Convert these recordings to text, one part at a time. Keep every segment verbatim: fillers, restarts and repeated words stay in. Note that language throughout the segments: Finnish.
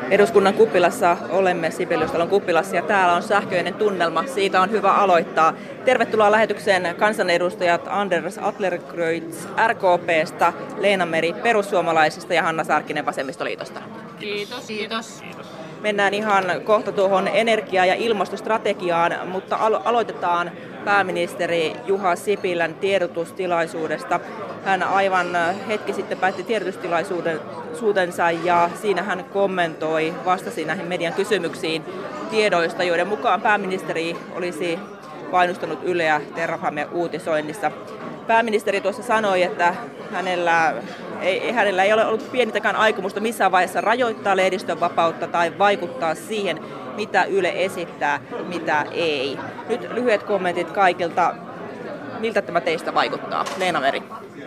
Eduskunnan kuppilassa olemme, Sibeliustalon kuppilassa, ja täällä on sähköinen tunnelma. Siitä on hyvä aloittaa. Tervetuloa lähetykseen kansanedustajat Anders Adlercreutz R K P:stä, Leena Meri perussuomalaisista ja Hanna Sarkkinen vasemmistoliitosta. Kiitos. Kiitos. Mennään ihan kohta tuohon energia- ja ilmastostrategiaan, mutta alo- aloitetaan pääministeri Juha Sipilän tiedotustilaisuudesta. Hän aivan hetki sitten päätti tiedotustilaisuutensa ja siinä hän kommentoi, vastasi näihin median kysymyksiin tiedoista, joiden mukaan pääministeri olisi painostanut Yleä Terrafame-uutisoinnissa. Pääministeri tuossa sanoi, että hänellä ei, hänellä ei ole ollut pienintäkään aikomusta missään vaiheessa rajoittaa lehdistön vapautta tai vaikuttaa siihen, mitä Yle esittää, mitä ei. Nyt lyhyet kommentit kaikilta. Miltä tämä teistä vaikuttaa? Leena Meri.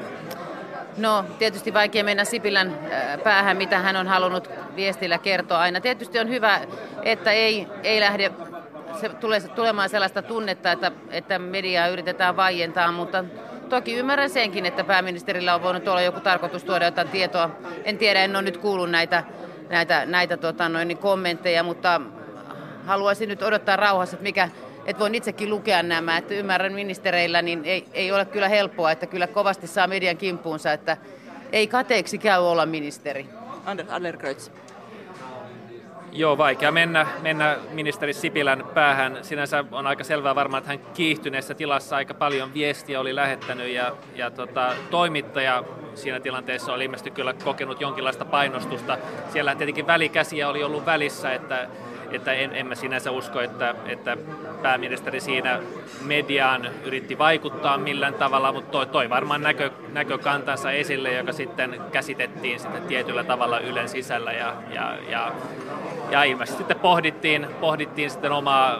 No tietysti vaikea mennä Sipilän päähän, mitä hän on halunnut viestillä kertoa aina. Tietysti on hyvä, että ei, ei lähde se tulee tulemaan sellaista tunnetta, että, että mediaa yritetään vaientaa, mutta toki ymmärrän senkin, että pääministerillä on voinut olla joku tarkoitus tuoda jotain tietoa. En tiedä, en ole nyt kuullut näitä, näitä, näitä tota, noin, kommentteja, mutta haluaisin nyt odottaa rauhassa, että, mikä, että voin itsekin lukea nämä. Että ymmärrän ministereillä, niin ei, ei ole kyllä helppoa, että kyllä kovasti saa median kimppuunsa, että ei kateeksi käy olla ministeri. Anders Adlercreutz. Joo, vaikea mennä, mennä ministeri Sipilän päähän. Sinänsä on aika selvää varmaan, että hän kiihtyneessä tilassa aika paljon viestiä oli lähettänyt ja, ja tota, toimittaja siinä tilanteessa oli ilmeisesti kyllä kokenut jonkinlaista painostusta. Siellähän tietenkin välikäsiä oli ollut välissä, että, että en, en mä sinänsä usko, että, että pääministeri siinä mediaan yritti vaikuttaa millään tavalla, mutta toi, toi varmaan näkö, näkökantansa esille, joka sitten käsitettiin sitten tietyllä tavalla Ylen sisällä ja, ja, ja Ja ilmeisesti sitten pohdittiin, pohdittiin sitten omaa,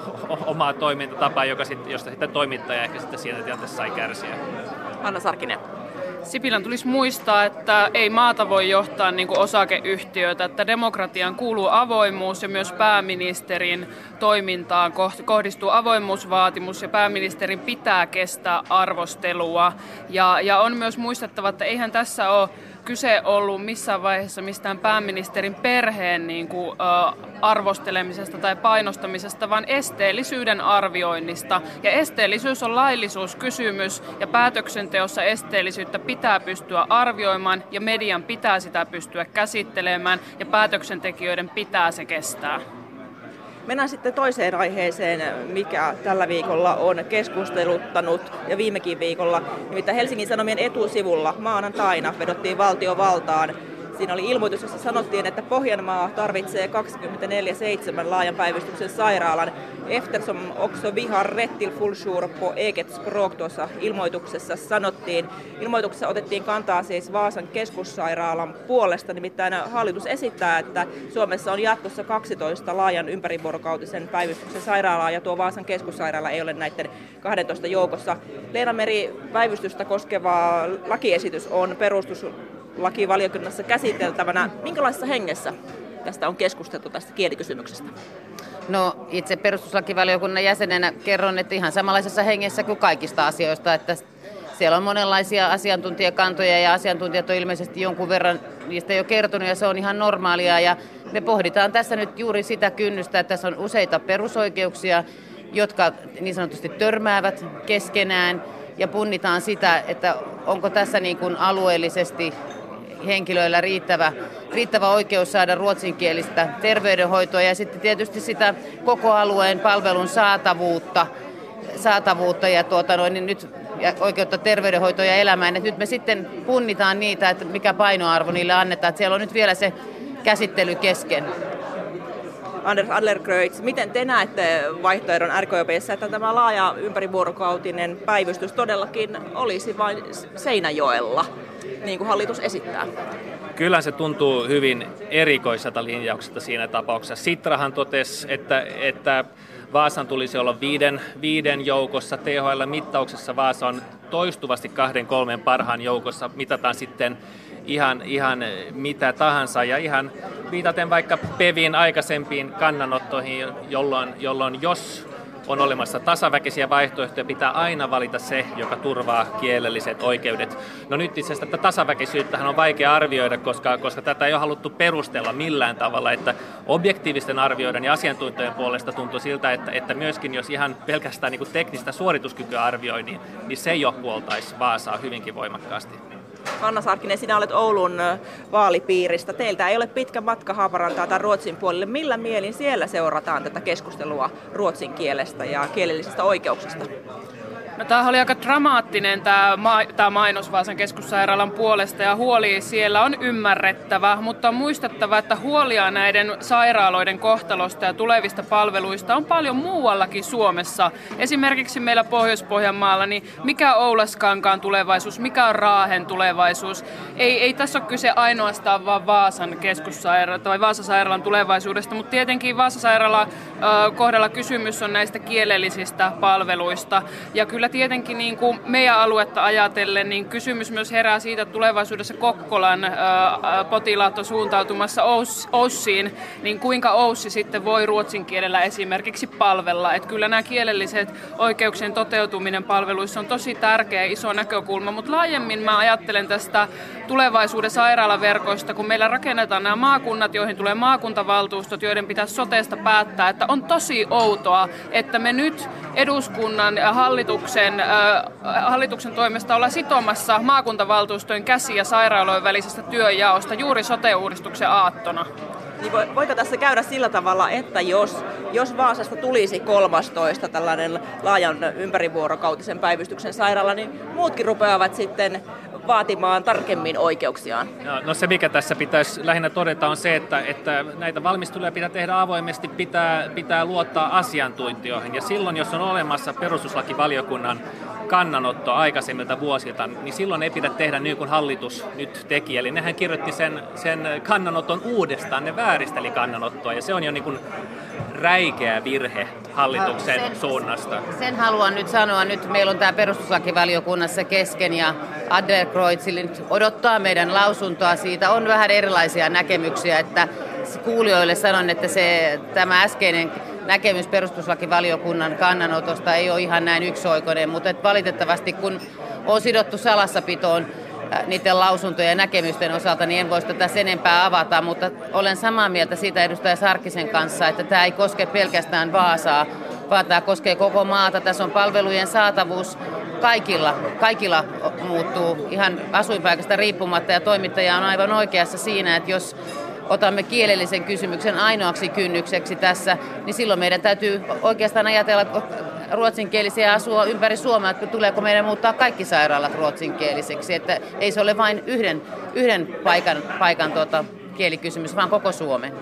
omaa toimintatapaa, joka sitten, josta sitten toimittaja ehkä sitten siinä tilanteessa sai kärsiä. Hanna Sarkkinen. Sipilän tulisi muistaa, että ei maata voi johtaa niin kuin osakeyhtiöitä, että demokratiaan kuuluu avoimuus ja myös pääministerin toimintaan kohdistuu avoimuusvaatimus ja pääministerin pitää kestää arvostelua. Ja, ja on myös muistettava, että eihän tässä ole kyse ollut missään vaiheessa mistään pääministerin perheen niin kuin, ä, arvostelemisesta tai painostamisesta, vaan esteellisyyden arvioinnista. Ja esteellisyys on laillisuuskysymys ja päätöksenteossa esteellisyyttä pitää pystyä arvioimaan ja median pitää sitä pystyä käsittelemään ja päätöksentekijöiden pitää se kestää. Mennään sitten toiseen aiheeseen, mikä tällä viikolla on keskusteluttanut ja viimekin viikolla. Nimittäin Helsingin Sanomien etusivulla maanantaina vedottiin valtiovaltaan. Siinä oli ilmoitus, jossa sanottiin, että Pohjanmaa tarvitsee kaksikymmentäneljä seitsemän laajan päivystyksen sairaalan. Eftersom också vi har rätt till fulljour på eget språk, tuossa ilmoituksessa sanottiin. Ilmoituksessa otettiin kantaa siis Vaasan keskussairaalan puolesta, nimittäin hallitus esittää, että Suomessa on jatkossa kaksitoista laajan ympärivuorokautisen päivystyksen sairaalaa ja tuo Vaasan keskussairaala ei ole näiden kahdentoista joukossa. Leena Meri, päivystystä koskeva lakiesitys on perustus lakivaliokunnassa käsiteltävänä. Minkälaisessa hengessä tästä on keskusteltu tästä kielikysymyksestä? No itse perustuslakivaliokunnan jäsenenä kerron, että ihan samanlaisessa hengessä kuin kaikista asioista, että siellä on monenlaisia asiantuntijakantoja ja asiantuntijat on ilmeisesti jonkun verran niistä jo kertonut ja se on ihan normaalia ja me pohditaan tässä nyt juuri sitä kynnystä, että tässä on useita perusoikeuksia, jotka niin sanotusti törmäävät keskenään ja punnitaan sitä, että onko tässä niin kuin alueellisesti henkilöillä riittävä, riittävä oikeus saada ruotsinkielistä terveydenhoitoa ja sitten tietysti sitä koko alueen palvelun saatavuutta, saatavuutta ja, tuota noin, niin nyt, ja oikeutta terveydenhoitoa ja elämään. Et nyt me sitten punnitaan niitä, että mikä painoarvo niille annetaan. Et siellä on nyt vielä se käsittely kesken. Anders Adlercreutz, miten te näette vaihtoehdon R K P:ssä, että tämä laaja ympärivuorokautinen päivystys todellakin olisi vain Seinäjoella, niin kuin hallitus esittää? Kyllä se tuntuu hyvin erikoiselta linjaukselta siinä tapauksessa. Sitrahan totesi, että, että Vaasan tulisi olla viiden, viiden joukossa. T H L-mittauksessa Vaasa on toistuvasti kahden kolmen parhaan joukossa. Mitataan sitten ihan, ihan mitä tahansa ja ihan viitaten vaikka Pevin aikaisempiin kannanottoihin, jolloin, jolloin jos on olemassa tasaväkisiä vaihtoehtoja, pitää aina valita se, joka turvaa kielelliset oikeudet. No nyt itse asiassa tätä tasaväkisyyttähän on vaikea arvioida, koska, koska tätä ei ole haluttu perustella millään tavalla, että objektiivisten arvioiden ja asiantuntijoiden puolesta tuntuu siltä, että, että myöskin jos ihan pelkästään niin kuin teknistä suorituskykyä arvioi, niin, niin se jo puoltaisi Vaasaa hyvinkin voimakkaasti. Hanna Sarkkinen, sinä olet Oulun vaalipiiristä. Teiltä ei ole pitkä matka Haaparantaa tai Ruotsin puolelle. Millä mielin siellä seurataan tätä keskustelua ruotsin kielestä ja kielellisistä oikeuksista? No, tämä oli aika dramaattinen tämä, ma- tämä mainos Vaasan keskussairaalan puolesta ja huoli siellä on ymmärrettävä, mutta on muistettava, että huolia näiden sairaaloiden kohtalosta ja tulevista palveluista on paljon muuallakin Suomessa. Esimerkiksi meillä Pohjois-Pohjanmaalla, niin mikä on Oulaskankaan tulevaisuus, mikä on Raahen tulevaisuus. Ei, ei tässä ole kyse ainoastaan vaan Vaasan keskussairaalan tai Vaasan sairaalan tulevaisuudesta, mutta tietenkin Vaasan sairaalan äh, kohdalla kysymys on näistä kielellisistä palveluista. Ja kyllä tietenkin niin kuin meidän aluetta ajatellen, niin kysymys myös herää siitä, että tulevaisuudessa Kokkolan ää, potilaat on suuntautumassa Ous, Oussiin, niin kuinka Oussi sitten voi ruotsin kielellä esimerkiksi palvella. Että kyllä nämä kielelliset oikeuksien toteutuminen palveluissa on tosi tärkeä iso näkökulma, mutta laajemmin mä ajattelen tästä tulevaisuuden sairaalaverkoista, kun meillä rakennetaan nämä maakunnat, joihin tulee maakuntavaltuustot, joiden pitäisi sotesta päättää, että on tosi outoa, että me nyt eduskunnan hallituksen Hallituksen toimesta olla sitomassa maakuntavaltuustojen käsiä sairaalojen välisestä työnjaosta juuri sote-uudistuksen aattona. Niin voiko tässä käydä sillä tavalla, että jos, jos Vaasasta tulisi kolmastoista tällainen laajan ympärivuorokautisen päivystyksen sairaala, niin muutkin rupeavat sitten vaatimaan tarkemmin oikeuksiaan? No, no se, mikä tässä pitäisi lähinnä todeta, on se, että, että näitä valmisteluja pitää tehdä avoimesti, pitää, pitää luottaa asiantuntijoihin. Ja silloin, jos on olemassa perustuslakivaliokunnan kannanotto aikaisemmilta vuosilta, niin silloin ei pidä tehdä niin kuin hallitus nyt teki. Eli nehän kirjoitti sen, sen kannanoton uudestaan, ne vääristeli kannanottoa, ja se on jo niin kuin räikeä virhe hallituksen sen, suunnasta. Sen haluan nyt sanoa. Nyt meillä on tämä perustuslakivaliokunnassa kesken, ja Adlercreutz odottaa meidän lausuntoa. Siitä on vähän erilaisia näkemyksiä, että kuulijoille sanon, että se, tämä äskeinen näkemys perustuslakivaliokunnan kannanotosta ei ole ihan näin yksioikoinen, mutta valitettavasti kun on sidottu salassapitoon niiden lausuntojen ja näkemysten osalta, niin en voisi tätä sen enempää avata, mutta olen samaa mieltä siitä edustaja Sarkkisen kanssa, että tämä ei koske pelkästään Vaasaa, vaan tämä koskee koko maata. Tässä on palvelujen saatavuus kaikilla, kaikilla muuttuu ihan asuinpaikasta riippumatta, ja toimittaja on aivan oikeassa siinä, että jos otamme kielellisen kysymyksen ainoaksi kynnykseksi tässä, niin silloin meidän täytyy oikeastaan ajatella ruotsinkielisiä asua ympäri Suomea, että tuleeko meidän muuttaa kaikki sairaalat ruotsinkielisiksi, että ei se ole vain yhden, yhden paikan, paikan tuota, kielikysymys, vaan koko Suomen.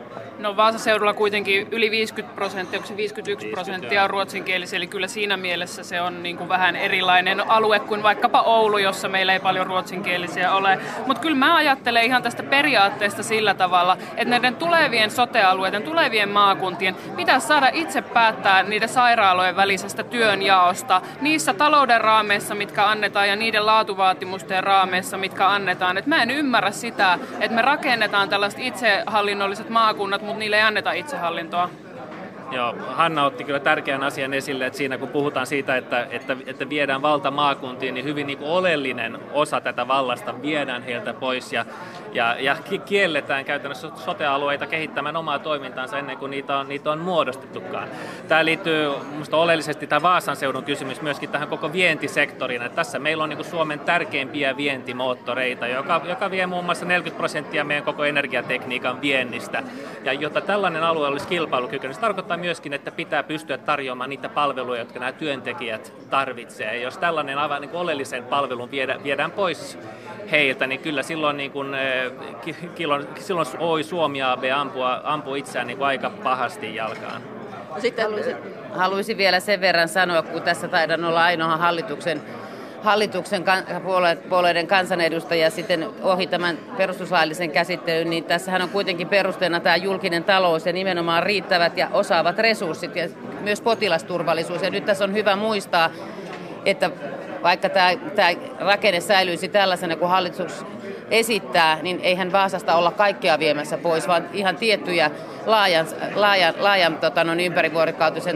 No Vaasan seudulla kuitenkin yli viisikymmentä prosenttia, onko se viisikymmentäyksi prosenttia on ruotsinkielisiä, eli kyllä siinä mielessä se on niin kuin vähän erilainen alue kuin vaikkapa Oulu, jossa meillä ei paljon ruotsinkielisiä ole. Mutta kyllä mä ajattelen ihan tästä periaatteesta sillä tavalla, että näiden tulevien sote-alueiden, tulevien maakuntien pitäisi saada itse päättää niiden sairaalojen välisestä työnjaosta, niissä talouden raameissa, mitkä annetaan, ja niiden laatuvaatimusten raameissa, mitkä annetaan. Et mä en ymmärrä sitä, että me rakennetaan tällaiset itsehallinnolliset maakunnat, mutta niille ei anneta itsehallintoa. Joo, Hanna otti kyllä tärkeän asian esille, että siinä kun puhutaan siitä, että, että, että viedään valta maakuntiin, niin hyvin niin kuin oleellinen osa tätä vallasta viedään heiltä pois ja, ja, ja kielletään käytännössä sote-alueita kehittämään omaa toimintaansa ennen kuin niitä on, niitä on muodostettukaan. Tämä liittyy minusta oleellisesti tämä Vaasan seudun kysymys myöskin tähän koko vientisektoriin. Että tässä meillä on niin kuin Suomen tärkeimpiä vientimoottoreita, joka, joka vie muun muassa neljäkymmentä prosenttia meidän koko energiatekniikan viennistä. Ja jotta tällainen alue olisi kilpailukykyinen, se tarkoittaa myöskin, että pitää pystyä tarjoamaan niitä palveluja, jotka nämä työntekijät tarvitsevat. Ja jos tällainen aivan niin kuin oleellisen palvelun viedään, viedään pois heiltä, niin kyllä silloin, niin kuin, silloin, silloin Oi Suomi A B ampua, ampua itseään niin kuin aika pahasti jalkaan. No sitten haluaisin, haluaisin vielä sen verran sanoa, kun tässä taidan olla ainoa hallituksen hallituksen puolueiden kansanedustaja sitten ohi tämän perustuslaillisen käsittelyn, niin tässähän on kuitenkin perusteena tämä julkinen talous ja nimenomaan riittävät ja osaavat resurssit ja myös potilasturvallisuus. Ja nyt tässä on hyvä muistaa, että vaikka tämä, tämä rakenne säilyisi tällaisena kuin hallitus esittää, niin eihän Vaasasta olla kaikkea viemässä pois, vaan ihan tiettyjä laajan, laajan, laajan tota, no, ympärivuorokautisen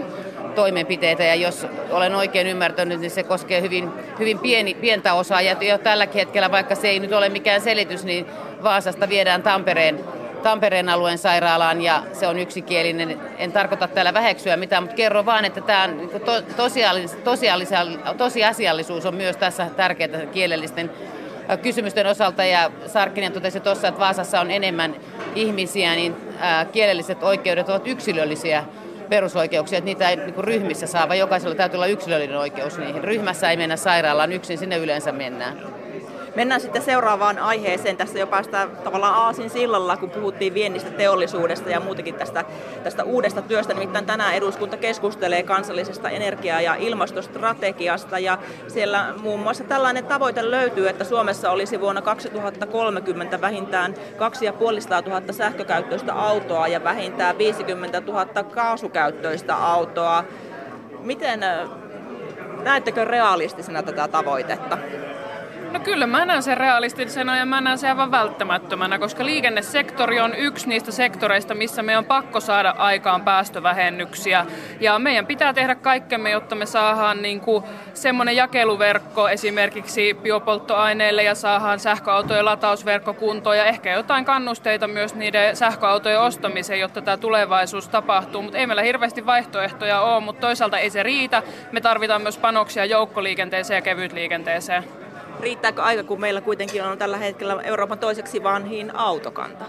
toimenpiteitä, ja jos olen oikein ymmärtänyt, niin se koskee hyvin, hyvin pieni, pientä osaa, ja jo tällä hetkellä, vaikka se ei nyt ole mikään selitys, niin Vaasasta viedään Tampereen, Tampereen alueen sairaalaan, ja se on yksikielinen. En tarkoita täällä väheksyä mitään, mutta kerron vaan, että tämä to, tosiaalis, tosiaalis, tosiasiallisuus on myös tässä tärkeää kielellisten kysymysten osalta, ja Sarkkinen totesi tuossa, että Vaasassa on enemmän ihmisiä, niin ää, kielelliset oikeudet ovat yksilöllisiä perusoikeuksia, että niitä ei niin kuin ryhmissä saa, vaan jokaisella täytyy olla yksilöllinen oikeus niihin. Ryhmässä ei mennä sairaalaan yksin, sinne yleensä mennään. Mennään sitten seuraavaan aiheeseen. Tässä jo päästään tavallaan aasin sillalla, kun puhuttiin viennistä, teollisuudesta ja muutenkin tästä, tästä uudesta työstä. Nimittäin tänään eduskunta keskustelee kansallisesta energia- ja ilmastostrategiasta. Ja siellä muun muassa tällainen tavoite löytyy, että Suomessa olisi vuonna kaksituhattakolmekymmentä vähintään kaksituhattaviisisataa sähkökäyttöistä autoa ja vähintään viisikymmentätuhatta kaasukäyttöistä autoa. Miten näettekö realistisena tätä tavoitetta? No kyllä mä näen sen realistisena ja mä näen sen aivan välttämättömänä, koska liikennesektori on yksi niistä sektoreista, missä meidän on pakko saada aikaan päästövähennyksiä. Ja meidän pitää tehdä kaikkemme, jotta me saadaan niin kuin semmoinen jakeluverkko esimerkiksi biopolttoaineille ja saadaan sähköautojen latausverkko kuntoon ja ehkä jotain kannusteita myös niiden sähköautojen ostamiseen, jotta tämä tulevaisuus tapahtuu. Mutta ei meillä hirveästi vaihtoehtoja ole, mutta toisaalta ei se riitä. Me tarvitaan myös panoksia joukkoliikenteeseen ja kevytliikenteeseen. Riittääkö aika, kun meillä kuitenkin on tällä hetkellä Euroopan toiseksi vanhin autokanta?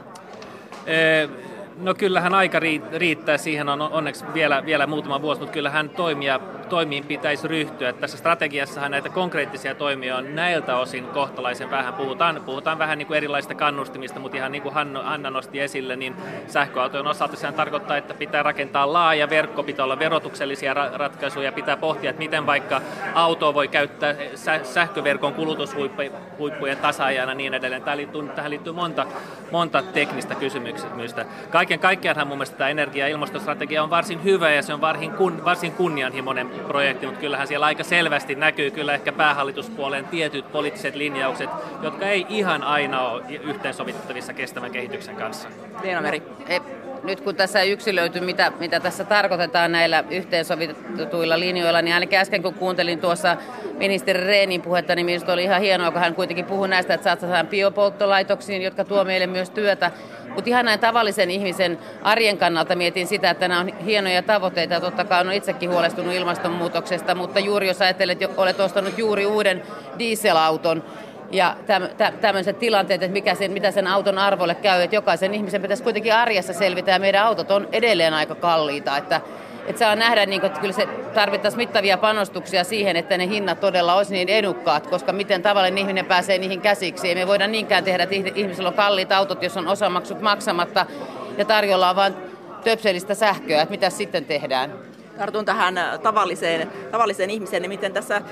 Ee, no kyllähän aika riittää, siihen on onneksi vielä, vielä muutama vuosi, mutta kyllähän toimia, toimiin pitäisi ryhtyä. Tässä strategiassahan näitä konkreettisia toimia on näiltä osin kohtalaisen vähän. Puhutaan, puhutaan vähän niin kuin erilaisista kannustimista, mutta ihan niin kuin Hanna, Hanna nosti esille, niin sähköautojen osalta sehän tarkoittaa, että pitää rakentaa laaja verkko, pitää olla verotuksellisia ra- ratkaisuja, pitää pohtia, että miten vaikka autoa voi käyttää sä- sähköverkon kulutushuippujen tasaajana ja niin edelleen. Tähän liittyy, tähän liittyy monta, monta teknistä kysymystä. Kaiken kaikkiaanhan mun mielestä tämä energia- ja ilmastostrategia on varsin hyvä ja se on varsin, kun, varsin kunnianhimoinen projekti, mutta kyllähän siellä aika selvästi näkyy kyllä ehkä päähallituspuolen tietyt poliittiset linjaukset, jotka ei ihan aina ole yhteensovitettavissa kestävän kehityksen kanssa. Leena Meri. Nyt kun tässä yksilöity, mitä, mitä tässä tarkoitetaan näillä yhteensovitetuilla linjoilla, niin ainakin äsken kun kuuntelin tuossa ministeri Rehnin puhetta, niin minusta oli ihan hienoa, kun hän kuitenkin puhui näistä, että satsataan biopolttolaitoksiin, jotka tuo meille myös työtä. Mutta ihan näin tavallisen ihmisen arjen kannalta mietin sitä, että nämä on hienoja tavoitteita ja totta kai olen itsekin huolestunut ilmastonmuutoksesta, mutta juuri jos ajattelet, että olet ostanut juuri uuden dieselauton, ja tämmöiset tilanteet, että mikä sen, mitä sen auton arvolle käy, että jokaisen ihmisen pitäisi kuitenkin arjessa selvitä, ja meidän autot on edelleen aika kalliita, että, että saa nähdä, niin kuin, että kyllä se tarvittaisiin mittavia panostuksia siihen, että ne hinnat todella olisi niin edukkaat, koska miten tavallinen ihminen pääsee niihin käsiksi. Ei me voida niinkään tehdä, että ihmisillä on kalliit autot, jos on osamaksut maksamatta, ja tarjolla on vain töpselistä sähköä, että mitä sitten tehdään. Tartun tähän tavalliseen, tavalliseen ihmiseen, miten tässä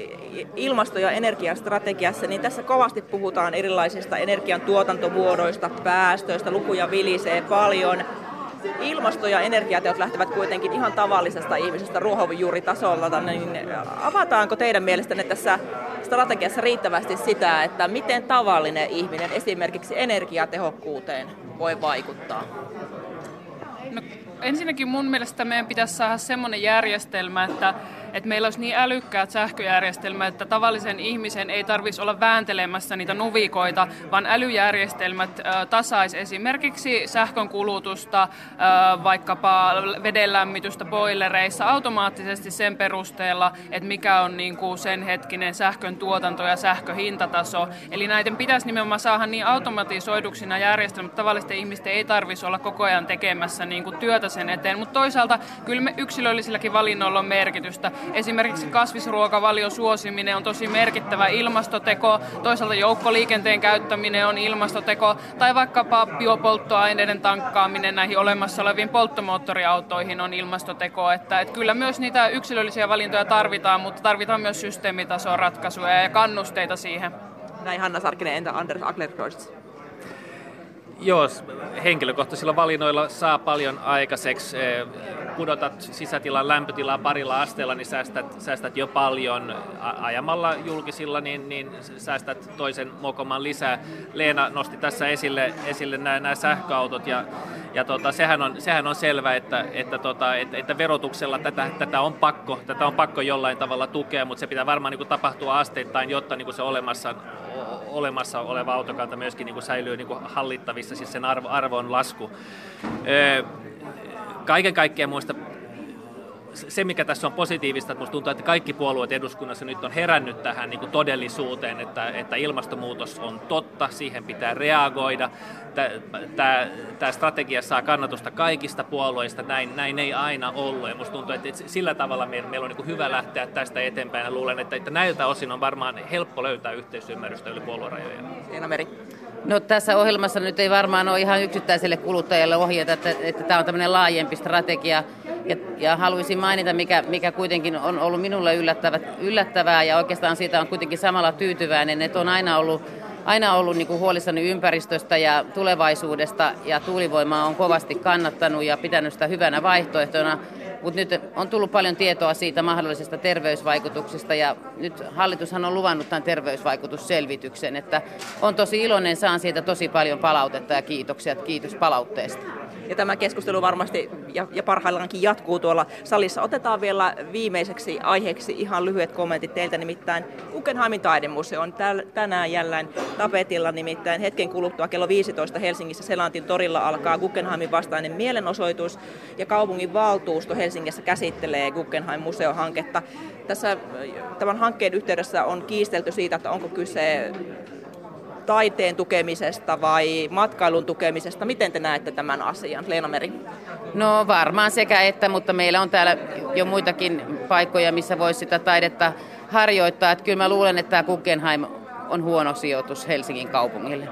ilmasto- ja energiastrategiassa, niin tässä kovasti puhutaan erilaisista energiantuotantomuodoista, päästöistä, lukuja vilisee paljon. Ilmasto- ja energiateot lähtevät kuitenkin ihan tavallisesta ihmisestä ruohonjuuritasolta, niin avataanko teidän mielestänne tässä strategiassa riittävästi sitä, että miten tavallinen ihminen esimerkiksi energiatehokkuuteen voi vaikuttaa? No, ensinnäkin mun mielestä meidän pitäisi saada semmoinen järjestelmä, että, että meillä olisi niin älykkäät sähköjärjestelmät, että tavallisen ihmisen ei tarvitsisi olla vääntelemässä niitä nuvikoita, vaan älyjärjestelmät äh, tasaisi esimerkiksi sähkön kulutusta, äh, vaikkapa vedenlämmitystä boilereissa automaattisesti sen perusteella, että mikä on niin kuin sen hetkinen sähkön tuotanto ja sähköhintataso. Eli näiden pitäisi nimenomaan saada niin automatisoiduksi nämä järjestelmät, tavallisten ihmisten ei tarvitsisi olla koko ajan tekemässä niin kuin työtä sen eteen, mutta toisaalta kyllä me yksilöllisilläkin valinnoilla on merkitystä. Esimerkiksi kasvisruokavalion suosiminen on tosi merkittävä ilmastoteko, toisaalta joukkoliikenteen käyttäminen on ilmastoteko, tai vaikkapa biopolttoaineiden tankkaaminen näihin olemassa oleviin polttomoottoriautoihin on ilmastoteko. Että, että kyllä myös niitä yksilöllisiä valintoja tarvitaan, mutta tarvitaan myös systeemitason ratkaisuja ja kannusteita siihen. Näin Hanna Sarkkinen, entä Anders Adlercreutz? Joo, henkilökohtaisilla valinnoilla saa paljon aikaiseksi. Pudotat sisätilan lämpötilaa parilla asteella, niin säästät, säästät jo paljon. Ajamalla julkisilla, niin, niin säästät toisen mokoman lisää. Leena nosti tässä esille, esille nämä, nämä sähköautot ja, ja tota, sehän, on, sehän on selvä, että, että, tota, että, että verotuksella tätä, tätä, on pakko, tätä on pakko jollain tavalla tukea, mutta se pitää varmaan niin kuin tapahtua asteittain, jotta niin kuin se olemassa, olemassa oleva autokanta myöskin niin kuin säilyy niin kuin hallittavissa, siis sen arvo, arvon lasku. Öö, kaiken kaikkiaan muista se, mikä tässä on positiivista, että musta tuntuu, että kaikki puolueet eduskunnassa nyt on herännyt tähän niin kuin todellisuuteen, että, että ilmastonmuutos on totta, siihen pitää reagoida. Tämä strategia saa kannatusta kaikista puolueista, näin, näin ei aina ollut. Ja musta tuntuu, että sillä tavalla meillä, meillä on niin kuin hyvä lähteä tästä eteenpäin ja luulen, että, että näiltä osin on varmaan helppo löytää yhteisymmärrystä yli puoluerajojen. Leena-Meri. No tässä ohjelmassa nyt ei varmaan ole ihan yksittäiselle kuluttajalle ohjeita, että, että tämä on tämmöinen laajempi strategia. Ja, ja haluaisin mainita, mikä, mikä kuitenkin on ollut minulle yllättävä, yllättävää ja oikeastaan siitä on kuitenkin samalla tyytyväinen, että on aina ollut, aina ollut niin kuin huolissani ympäristöstä ja tulevaisuudesta ja tuulivoimaa on kovasti kannattanut ja pitänyt sitä hyvänä vaihtoehtona. Mutta nyt on tullut paljon tietoa siitä mahdollisesta terveysvaikutuksista ja nyt hallitushan on luvannut tämän terveysvaikutusselvityksen, että on tosi iloinen, saan siitä tosi paljon palautetta ja kiitoksia, kiitos palautteesta. Ja tämä keskustelu varmasti ja, ja parhaillaankin jatkuu tuolla salissa. Otetaan vielä viimeiseksi aiheeksi ihan lyhyet kommentit teiltä, nimittäin Guggenheimin taidemuseo on täällä, tänään jälleen tapetilla, nimittäin hetken kuluttua kello viisitoista Helsingissä Selantin torilla alkaa Guggenheimin vastainen mielenosoitus ja kaupungin valtuusto Helsingissä käsittelee Guggenheim-museohanketta. Tässä tämän hankkeen yhteydessä on kiistelty siitä, että onko kyse taiteen tukemisesta vai matkailun tukemisesta. Miten te näette tämän asian? Leena-Meri. No varmaan sekä että, mutta meillä on täällä jo muitakin paikkoja, missä voisi sitä taidetta harjoittaa. Että kyllä mä luulen, että tämä Guggenheim on huono sijoitus Helsingin kaupungille.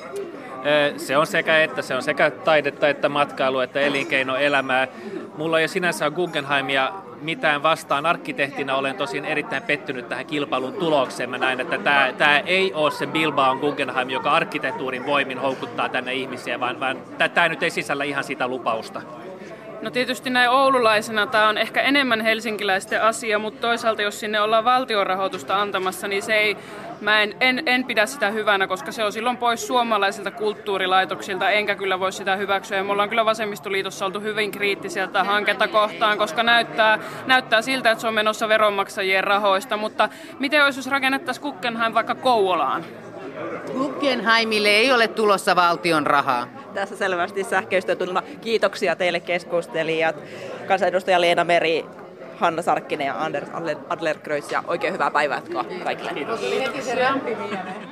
Se on sekä että, se on sekä taidetta että matkailu että elinkeinoelämää. Mulla ei sinänsä ole Guggenheimia mitään vastaan. Arkkitehtina olen tosin erittäin pettynyt tähän kilpailun tulokseen. Mä näin, että tämä, tämä ei ole se Bilbaon Guggenheim, joka arkkitehtuurin voimin houkuttaa tänne ihmisiä, vaan, vaan tämä nyt ei sisällä ihan sitä lupausta. No tietysti näin oululaisena tämä on ehkä enemmän helsinkiläisten asia, mutta toisaalta jos sinne ollaan valtionrahoitusta antamassa, niin se ei, mä en, en, en pidä sitä hyvänä, koska se on silloin pois suomalaisilta kulttuurilaitoksilta, enkä kyllä voi sitä hyväksyä. Ja me ollaan kyllä Vasemmistoliitossa oltu hyvin kriittisiä tätä hanketta kohtaan, koska näyttää, näyttää siltä, että se on menossa veronmaksajien rahoista. Mutta miten olisi, jos rakennettaisiin Guggenheim vaikka Kouvolaan? Guggenheimille ei ole tulossa valtion rahaa. Tässä selvästi sähköistetuna. Kiitoksia teille keskustelijat. Kansanedustaja Leena-Meri, Hanna Sarkkinen ja Anders Adlercreutz ja oikein hyvää päivää kaikille. Kiitos.